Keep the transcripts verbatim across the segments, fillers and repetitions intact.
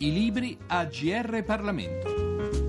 I libri a G R Parlamento.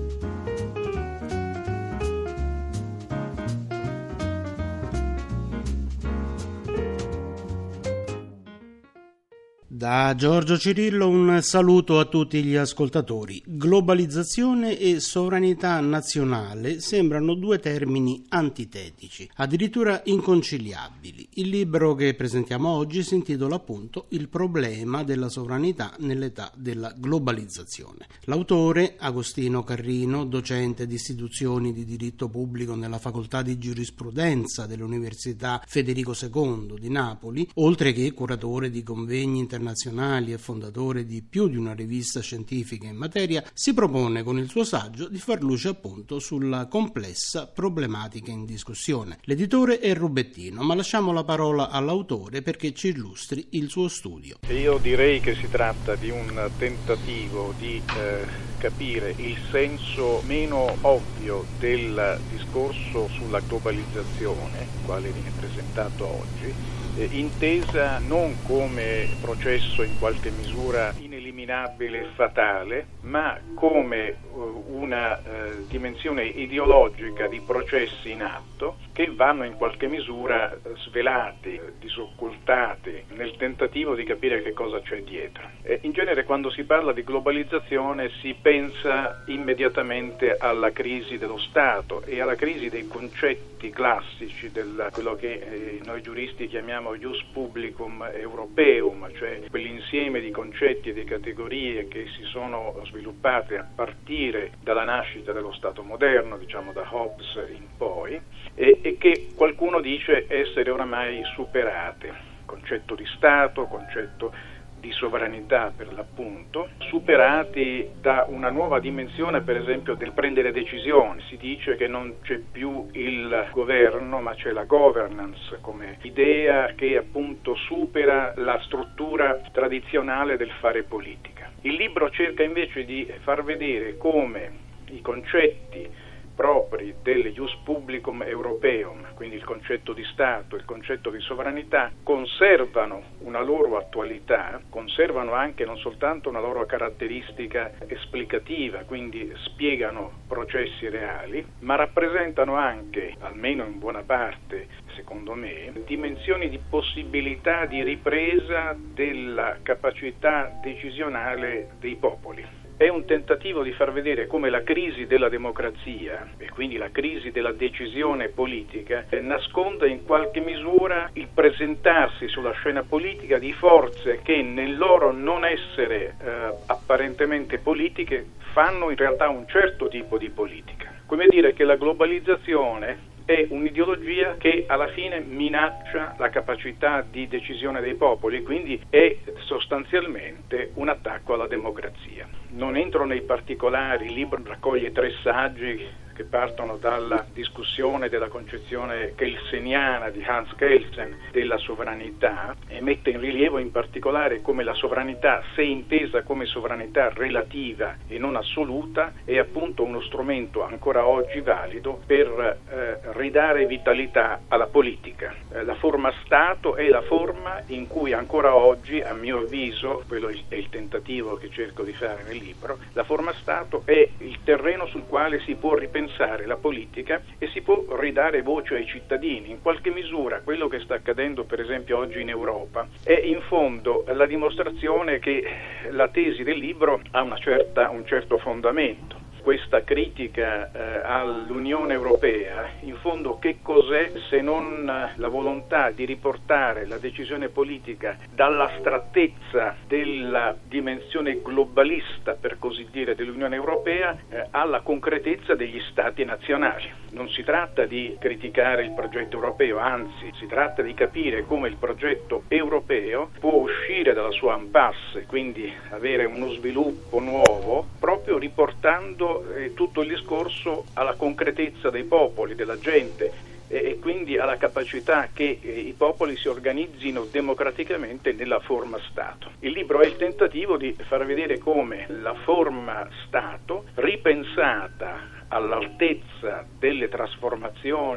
Da Giorgio Cirillo un saluto a tutti gli ascoltatori. Globalizzazione e sovranità nazionale sembrano due termini antitetici, addirittura inconciliabili. Il libro che presentiamo oggi si intitola appunto Il problema della sovranità nell'età della globalizzazione. L'autore, Agostino Carrino, docente di istituzioni di diritto pubblico nella facoltà di giurisprudenza dell'Università Federico secondo di Napoli, oltre che curatore di convegni internazionali e fondatore di più di una rivista scientifica in materia, si propone con il suo saggio di far luce appunto sulla complessa problematica in discussione. L'editore è Rubettino, ma lasciamo la parola all'autore perché ci illustri il suo studio. Io direi che si tratta di un tentativo di eh, capire il senso meno ovvio del discorso sulla globalizzazione, quale viene presentato oggi, Eh, intesa non come processo in qualche misura ineliminabile e fatale, ma come uh, una uh, dimensione ideologica di processi in atto che vanno in qualche misura uh, svelati, uh, disoccultati, nel tentativo di capire che cosa c'è dietro. Eh, in genere quando si parla di globalizzazione si pensa immediatamente alla crisi dello Stato e alla crisi dei concetti classici, del quello che eh, noi giuristi chiamiamo ius publicum europeum, cioè quell'insieme di concetti e di categorie che si sono sviluppate a partire dalla nascita dello Stato moderno, diciamo da Hobbes in poi, e, e che qualcuno dice essere oramai superate. Concetto di Stato, concetto di sovranità per l'appunto, superati da una nuova dimensione, per esempio del prendere decisioni. Si dice che non c'è più il governo ma c'è la governance come idea che appunto supera la struttura tradizionale del fare politica. Il libro cerca invece di far vedere come i concetti propri delle ius publicum europeum, quindi il concetto di Stato, il concetto di sovranità, conservano una loro attualità, conservano anche non soltanto una loro caratteristica esplicativa, quindi spiegano processi reali, ma rappresentano anche, almeno in buona parte, secondo me, dimensioni di possibilità di ripresa della capacità decisionale dei popoli. È un tentativo di far vedere come la crisi della democrazia e quindi la crisi della decisione politica eh, nasconda in qualche misura il presentarsi sulla scena politica di forze che nel loro non essere eh, apparentemente politiche fanno in realtà un certo tipo di politica. Come dire che la globalizzazione è un'ideologia che alla fine minaccia la capacità di decisione dei popoli, quindi è sostanzialmente un attacco alla democrazia. Non entro nei particolari, il libro raccoglie tre saggi che partono dalla discussione della concezione kelseniana di Hans Kelsen della sovranità e mette in rilievo in particolare come la sovranità, se intesa come sovranità relativa e non assoluta, è appunto uno strumento ancora oggi valido per eh, ridare vitalità alla politica. Eh, la forma Stato è la forma in cui ancora oggi, a mio avviso, quello è il tentativo che cerco di fare nel libro, la forma Stato è il terreno sul quale si può ripensare la politica e si può ridare voce ai cittadini. In qualche misura quello che sta accadendo per esempio oggi in Europa è in fondo la dimostrazione che la tesi del libro ha una certa, un certo fondamento. Questa critica eh, all'Unione Europea, in fondo che cos'è se non la volontà di riportare la decisione politica dall'astrattezza della dimensione globalista, per così dire, dell'Unione Europea eh, alla concretezza degli Stati nazionali. Non si tratta di criticare il progetto europeo, anzi si tratta di capire come il progetto europeo può uscire dalla sua impasse, quindi avere uno sviluppo nuovo, proprio riportando tutto il discorso alla concretezza dei popoli, della gente e quindi alla capacità che i popoli si organizzino democraticamente nella forma Stato. Il libro è il tentativo di far vedere come la forma Stato, ripensata all'altezza delle trasformazioni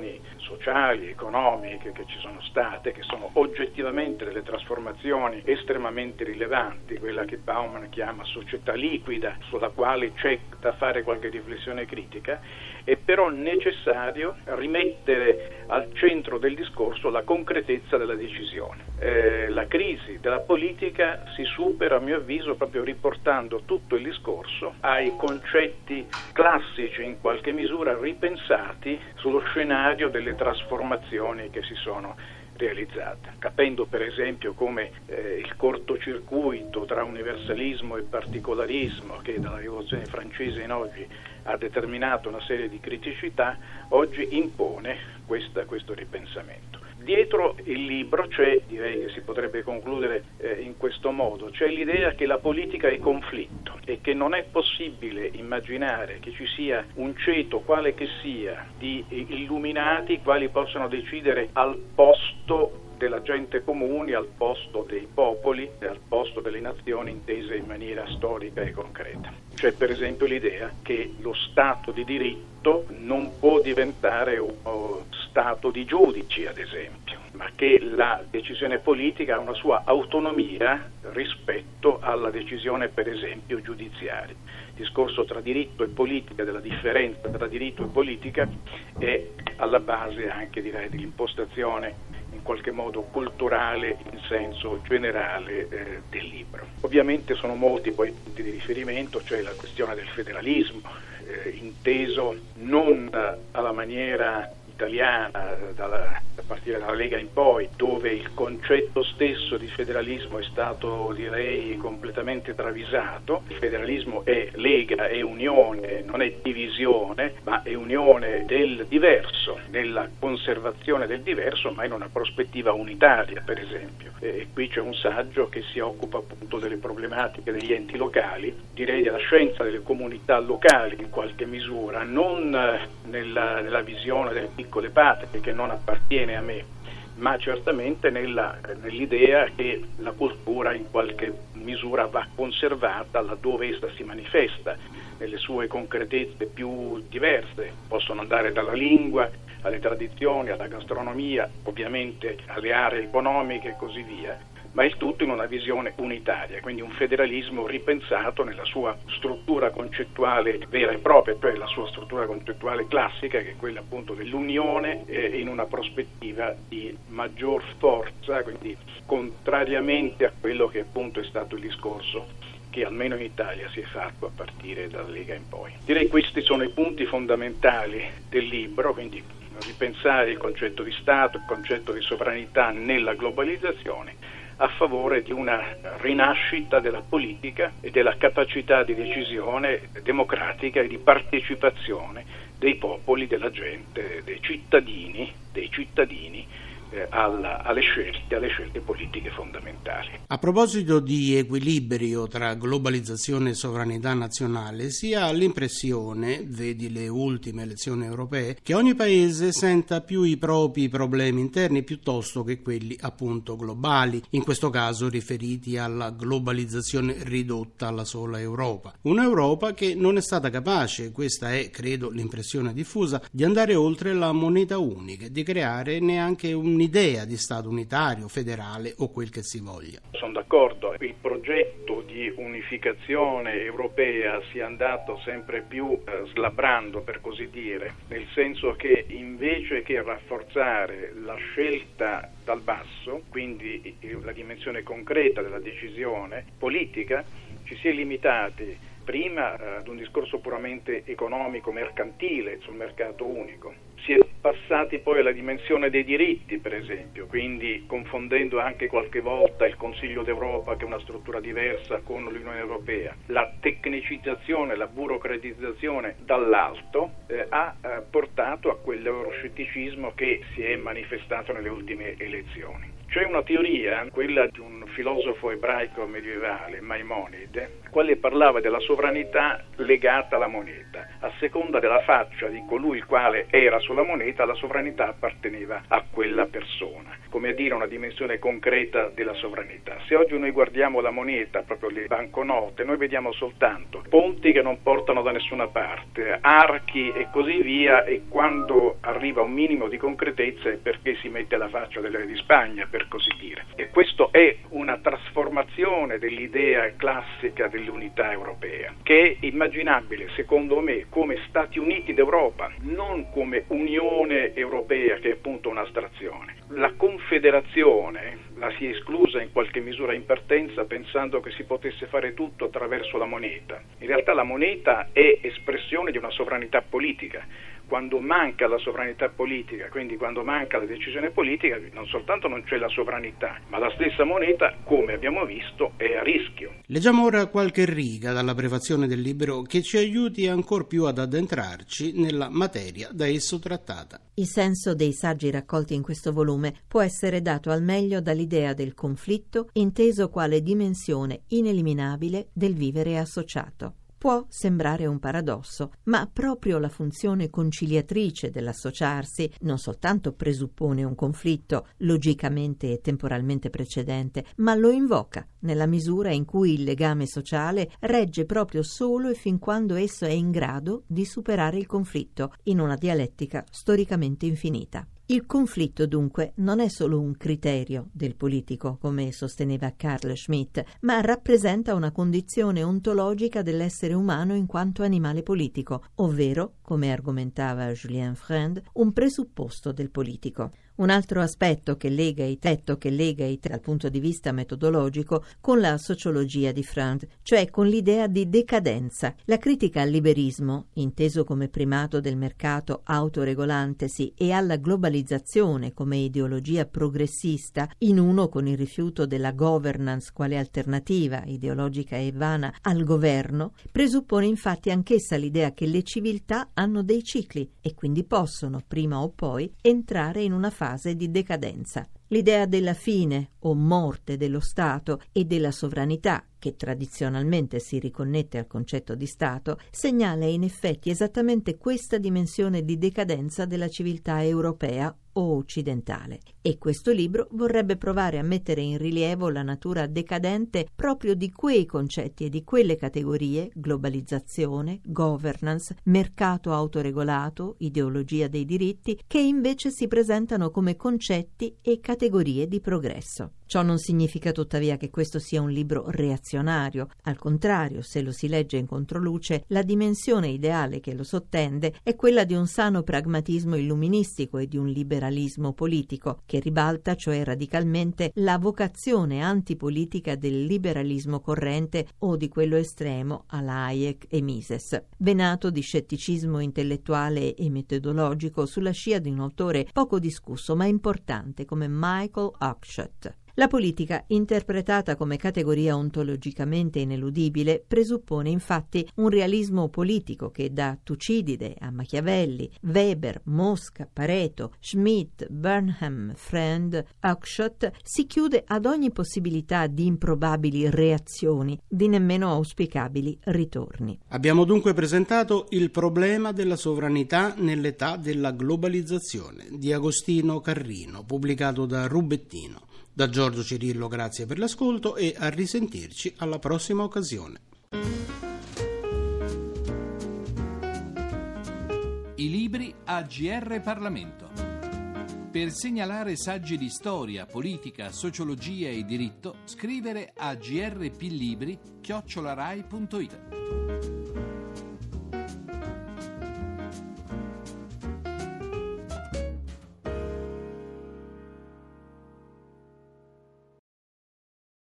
sociali, economiche che ci sono state, che sono oggettivamente delle trasformazioni estremamente rilevanti, quella che Bauman chiama società liquida, sulla quale c'è da fare qualche riflessione critica, è però necessario rimettere al centro del discorso la concretezza della decisione. Eh, la crisi della politica si supera, a mio avviso, proprio riportando tutto il discorso ai concetti classici, in qualche misura ripensati sullo scenario delle trasformazioni che si sono realizzate, capendo per esempio come eh, il cortocircuito tra universalismo e particolarismo che dalla rivoluzione francese in oggi ha determinato una serie di criticità, oggi impone questa, questo ripensamento. Dietro il libro c'è, direi che si potrebbe concludere eh, in questo modo, c'è l'idea che la politica è conflitto e che non è possibile immaginare che ci sia un ceto quale che sia di illuminati quali possano decidere al posto della gente comune, al posto dei popoli, al posto delle nazioni intese in maniera storica e concreta. C'è per esempio l'idea che lo Stato di diritto non può diventare uno Stato di giudici, ad esempio, ma che la decisione politica ha una sua autonomia rispetto alla decisione, per esempio, giudiziaria. Il discorso tra diritto e politica, della differenza tra diritto e politica, è alla base anche, direi, dell'impostazione in qualche modo culturale in senso generale eh, del libro. Ovviamente sono molti poi punti di riferimento, cioè la questione del federalismo, eh, inteso non alla maniera italiana, dalla, a partire dalla Lega in poi, dove il concetto stesso di federalismo è stato, direi, completamente travisato. Il federalismo è Lega, è unione, non è divisione, ma è unione del diverso, nella conservazione del diverso, ma in una prospettiva unitaria, per esempio. E qui c'è un saggio che si occupa appunto delle problematiche degli enti locali, direi della scienza delle comunità locali in qualche misura, non nella, nella visione delle piccole patrie che non appartiene a me, ma certamente nella, nell'idea che la cultura in qualche misura va conservata laddove essa si manifesta nelle sue concretezze più diverse. Possono andare dalla lingua alle tradizioni, alla gastronomia, ovviamente alle aree economiche e così via, ma il tutto in una visione unitaria, quindi un federalismo ripensato nella sua struttura concettuale vera e propria, cioè la sua struttura concettuale classica, che è quella appunto dell'unione eh, in una prospettiva di maggior forza, quindi contrariamente a quello che appunto è stato il discorso che almeno in Italia si è fatto a partire dalla Lega in poi. Direi questi sono i punti fondamentali del libro, quindi ripensare il concetto di Stato, il concetto di sovranità nella globalizzazione, a favore di una rinascita della politica e della capacità di decisione democratica e di partecipazione dei popoli, della gente, dei cittadini, dei cittadini eh, alla, alle scelte, alle scelte politiche fondamentali. A proposito di equilibrio tra globalizzazione e sovranità nazionale, si ha l'impressione, vedi le ultime elezioni europee, che ogni paese senta più i propri problemi interni piuttosto che quelli appunto globali, in questo caso riferiti alla globalizzazione ridotta alla sola Europa. Un'Europa che non è stata capace, questa è credo l'impressione diffusa, di andare oltre la moneta unica, di creare neanche un'idea di Stato unitario, federale o quel che si voglia. Sono d'accordo, il progetto di unificazione europea si è andato sempre più eh, slabrando, per così dire, nel senso che invece che rafforzare la scelta dal basso, quindi la dimensione concreta della decisione politica, ci si è limitati prima ad un discorso puramente economico, mercantile sul mercato unico. Si è passati poi alla dimensione dei diritti, per esempio, quindi confondendo anche qualche volta il Consiglio d'Europa, che è una struttura diversa, con l'Unione Europea. La tecnicizzazione, la burocratizzazione dall'alto eh, ha eh, portato a quell'euroscetticismo che si è manifestato nelle ultime elezioni. C'è una teoria, quella di un filosofo ebraico medievale, Maimonide, quale parlava della sovranità legata alla moneta. A seconda della faccia di colui il quale era sulla moneta, la sovranità apparteneva a quella persona, come a dire una dimensione concreta della sovranità. Se oggi noi guardiamo la moneta, proprio le banconote, noi vediamo soltanto ponti che non portano da nessuna parte, archi e così via, e quando arriva un minimo di concretezza è perché si mette la faccia del re di Spagna, per così dire. E questo è una trasformazione dell'idea classica dell'unità europea, che è immaginabile, secondo me, come Stati Uniti d'Europa, non come Unione Europea, che è appunto un'astrazione. La confederazione la si è esclusa in qualche misura in partenza, pensando che si potesse fare tutto attraverso la moneta. In realtà la moneta è espressione di una sovranità politica. Quando manca la sovranità politica, quindi quando manca la decisione politica, non soltanto non c'è la sovranità, ma la stessa moneta, come abbiamo visto, è a rischio. Leggiamo ora qualche riga dalla prefazione del libro che ci aiuti ancor più ad addentrarci nella materia da esso trattata. Il senso dei saggi raccolti in questo volume può essere dato al meglio dall'idea del conflitto inteso quale dimensione ineliminabile del vivere associato. Può sembrare un paradosso, ma proprio la funzione conciliatrice dell'associarsi non soltanto presuppone un conflitto logicamente e temporalmente precedente, ma lo invoca nella misura in cui il legame sociale regge proprio solo e fin quando esso è in grado di superare il conflitto in una dialettica storicamente infinita. Il conflitto, dunque, non è solo un criterio del politico, come sosteneva Carl Schmitt, ma rappresenta una condizione ontologica dell'essere umano in quanto animale politico, ovvero, come argomentava Julien Freund, un presupposto del politico. Un altro aspetto che lega i tetto che lega i dal punto di vista metodologico con la sociologia di Freund, cioè con l'idea di decadenza. La critica al liberismo, inteso come primato del mercato autoregolantesi, e alla globalizzazione come ideologia progressista, in uno con il rifiuto della governance quale alternativa ideologica e vana al governo, presuppone infatti anch'essa l'idea che le civiltà hanno dei cicli e quindi possono, prima o poi, entrare in una fase di decadenza. L'idea della fine o morte dello Stato e della sovranità, che tradizionalmente si riconnette al concetto di Stato, segnala in effetti esattamente questa dimensione di decadenza della civiltà europea o occidentale. E questo libro vorrebbe provare a mettere in rilievo la natura decadente proprio di quei concetti e di quelle categorie, globalizzazione, governance, mercato autoregolato, ideologia dei diritti, che invece si presentano come concetti e categorie di progresso. Ciò non significa tuttavia che questo sia un libro reazionario. Al contrario, se lo si legge in controluce, la dimensione ideale che lo sottende è quella di un sano pragmatismo illuministico e di un liberalismo politico, che ribalta cioè radicalmente la vocazione antipolitica del liberalismo corrente o di quello estremo alla Hayek e Mises, venato di scetticismo intellettuale e metodologico sulla scia di un autore poco discusso ma importante come Michael Oakeshott. La politica, interpretata come categoria ontologicamente ineludibile, presuppone infatti un realismo politico che da Tucidide a Machiavelli, Weber, Mosca, Pareto, Schmitt, Burnham, Freund, Oakeshott si chiude ad ogni possibilità di improbabili reazioni, di nemmeno auspicabili ritorni. Abbiamo dunque presentato Il problema della sovranità nell'età della globalizzazione di Agostino Carrino, pubblicato da Rubettino. Da Giorgio Cirillo grazie per l'ascolto e a risentirci alla prossima occasione. I libri A G R Parlamento. Per segnalare saggi di storia, politica, sociologia e diritto, scrivere a grplibri chiocciola rai punto it.